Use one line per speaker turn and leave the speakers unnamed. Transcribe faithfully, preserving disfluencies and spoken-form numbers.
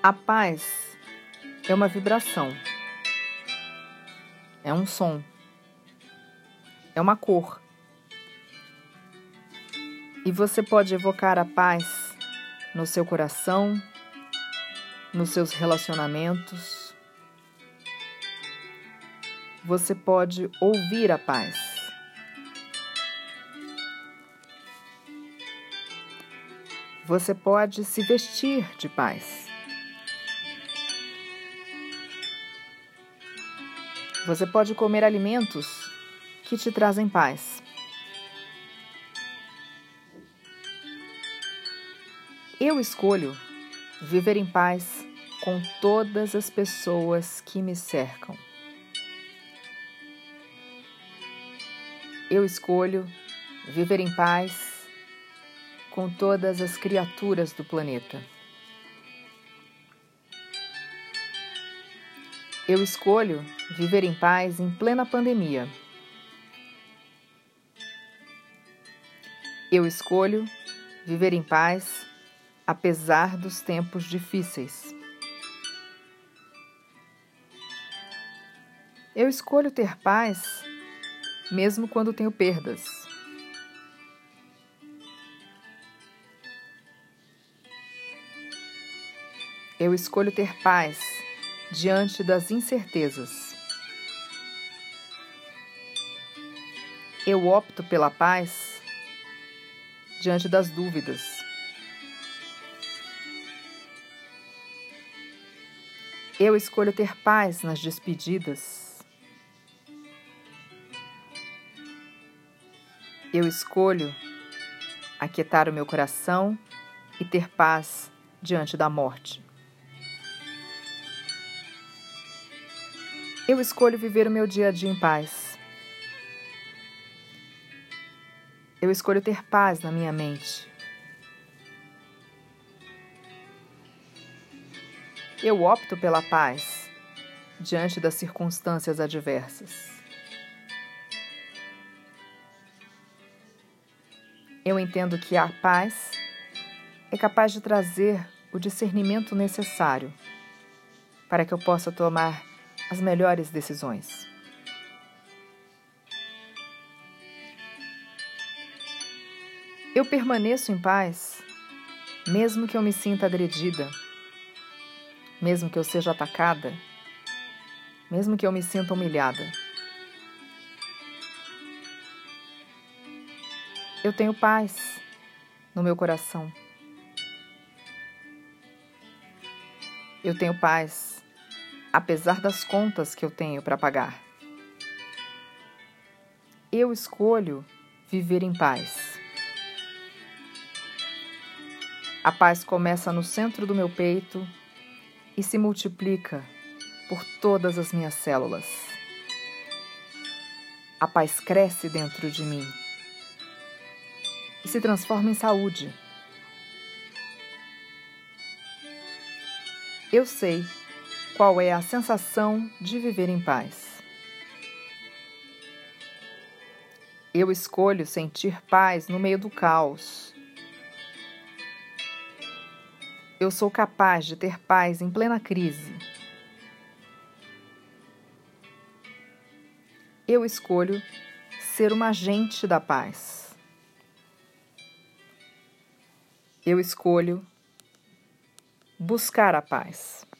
A paz é uma vibração, é um som, é uma cor. E você pode evocar a paz no seu coração, nos seus relacionamentos. Você pode ouvir a paz. Você pode se vestir de paz. Você pode comer alimentos que te trazem paz. Eu escolho viver em paz com todas as pessoas que me cercam. Eu escolho viver em paz com todas as criaturas do planeta. Eu escolho viver em paz em plena pandemia. Eu escolho viver em paz apesar dos tempos difíceis. Eu escolho ter paz mesmo quando tenho perdas. Eu escolho ter paz diante das incertezas. Eu opto pela paz diante das dúvidas. Eu escolho ter paz nas despedidas. Eu escolho aquietar o meu coração e ter paz diante da morte. Eu escolho viver o meu dia a dia em paz. Eu escolho ter paz na minha mente. Eu opto pela paz diante das circunstâncias adversas. Eu entendo que a paz é capaz de trazer o discernimento necessário para que eu possa tomar as melhores decisões. Eu permaneço em paz, mesmo que eu me sinta agredida, mesmo que eu seja atacada, mesmo que eu me sinta humilhada. Eu tenho paz no meu coração. Eu tenho paz, apesar das contas que eu tenho para pagar. Eu escolho viver em paz. A paz começa no centro do meu peito e se multiplica por todas as minhas células. A paz cresce dentro de mim e se transforma em saúde. Eu sei qual é a sensação de viver em paz. Eu escolho sentir paz no meio do caos. Eu sou capaz de ter paz em plena crise. Eu escolho ser uma agente da paz. Eu escolho buscar a paz.